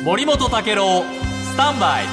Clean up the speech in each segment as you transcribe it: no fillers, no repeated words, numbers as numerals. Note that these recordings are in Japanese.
森本武郎スタンバイ。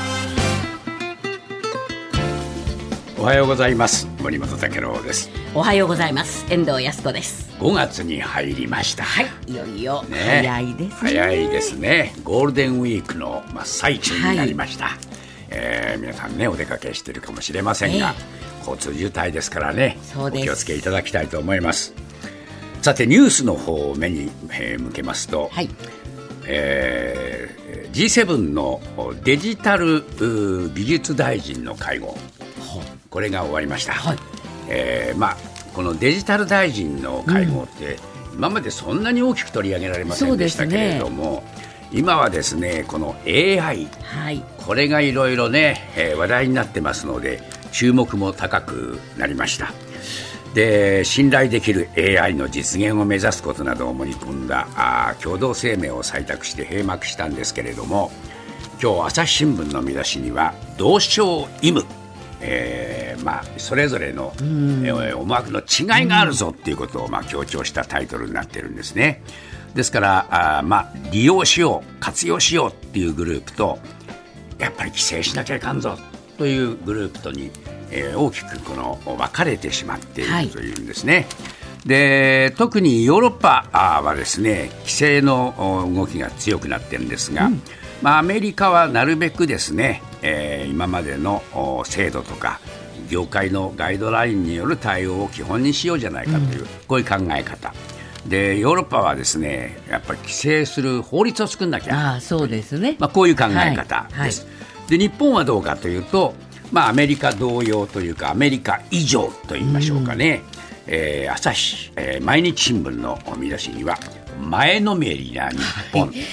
おはようございます。森本武郎です。 おはようございます。遠藤康子です。 5月に入りました。 はい、いよいよ、 ね、 早いですね。 早いですね。ゴールデンウィークの真っ最中になりました。皆さんね、お出かけしてるかもしれませんが、交通渋滞ですからね、お気をつけいただきたいと思います。さてニュースの方を目に、向けますと、はい、G7 のデジタル技術大臣の会合、これが終わりました。はい、このデジタル大臣の会合って、今までそんなに大きく取り上げられませんでしたけれども、今はですね、この AI、これがいろいろね、話題になってますので注目も高くなりました。で、信頼できる AI の実現を目指すことなどを盛り込んだ共同声明を採択して閉幕したんですけれども、今日朝日新聞の見出しには同床異夢、それぞれの、思惑の違いがあるぞっていうことを、強調したタイトルになってるんですね。ですから利用しよう、活用しようっていうグループと、やっぱり規制しなきゃいかんぞというグループとに、大きく分かれてしまっているというんですね。で、特にヨーロッパはですね、規制の動きが強くなってるんですが、アメリカはなるべくですね、今までの制度とか業界のガイドラインによる対応を基本にしようじゃないかという、こういう考え方で、ヨーロッパはですね、やっぱり規制する法律を作んなきゃ、 そうですね、 こういう考え方です。で、日本はどうかというと、アメリカ同様というか、アメリカ以上と言いましょうかね。朝日、毎日新聞の見出しには前のめりな日本という、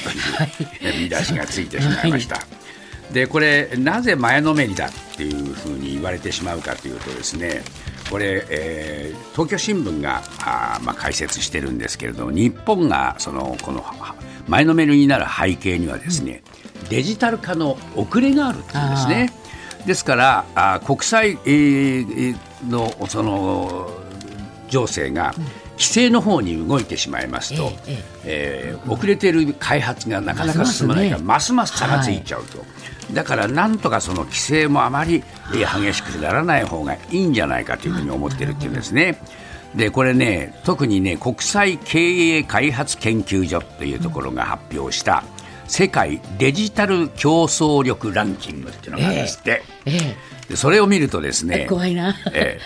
見出しがついてしまいました。で、これなぜ前のめりだっていうふうに言われてしまうかというとですね、これ、東京新聞が解説してるんですけれども、日本がこの前のめりになる背景にはですね、デジタル化の遅れがあるっていうんですね。ですから国際、のその情勢が規制の方に動いてしまいますと、遅れている開発がなかなか進まないから、ますます差がついちゃうと。だからなんとかその規制もあまり激しくならない方がいいんじゃないかというふうに思っているっていうんですね。で、これね、特にね、国際経営開発研究所というところが発表した世界デジタル競争力ランキングっていうのがあるんですって。で、それを見るとですね、 怖いな、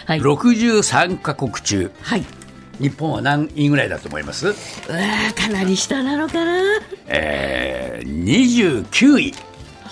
63カ国中、日本は何位ぐらいだと思います？ かなり下なのかな。 29位。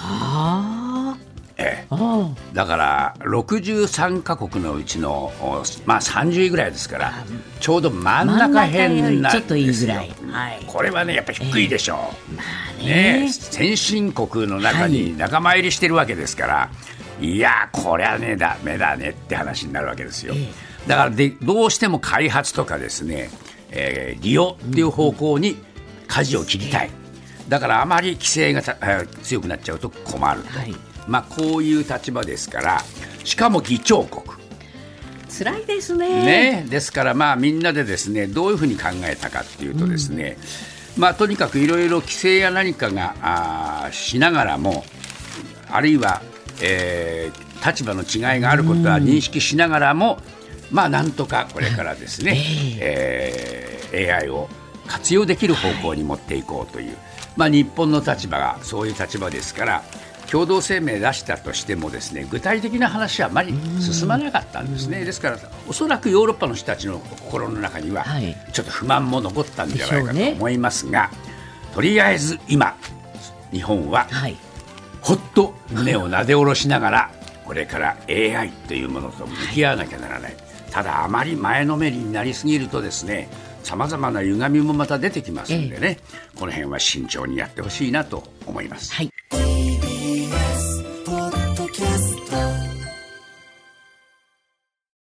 だから63カ国のうちの、30位ぐらいですから、ちょうど真ん中辺なんですよ。ちょっといいぐらい、これはね、やっぱり低いでしょう。先進国の中に仲間入りしてるわけですから、いや、これはね、ダメだねって話になるわけですよ。だからどうしても開発とかですね、利用っていう方向に舵を切りたい。だからあまり規制が強くなっちゃうと困ると、こういう立場ですから、しかも議長国、 辛いですね。 ですからみんなでですね、どういうふうに考えたかっていうとですね、とにかくいろいろ規制や何かがしながらも、あるいは、立場の違いがあることは認識しながらも、なんとかこれからですね、AI を活用できる方向に持っていこうという、日本の立場がそういう立場ですから、共同声明出したとしてもですね、具体的な話はあまり進まなかったんですね。ですからおそらくヨーロッパの人たちの心の中にはちょっと不満も残ったんじゃないかと思いますが、とりあえず今日本はほっと胸をなで下ろしながら、これから AI というものと向き合わなきゃならない。ただあまり前のめりになりすぎるとですね、さまざまな歪みもまた出てきますのでね、この辺は慎重にやってほしいなと思います。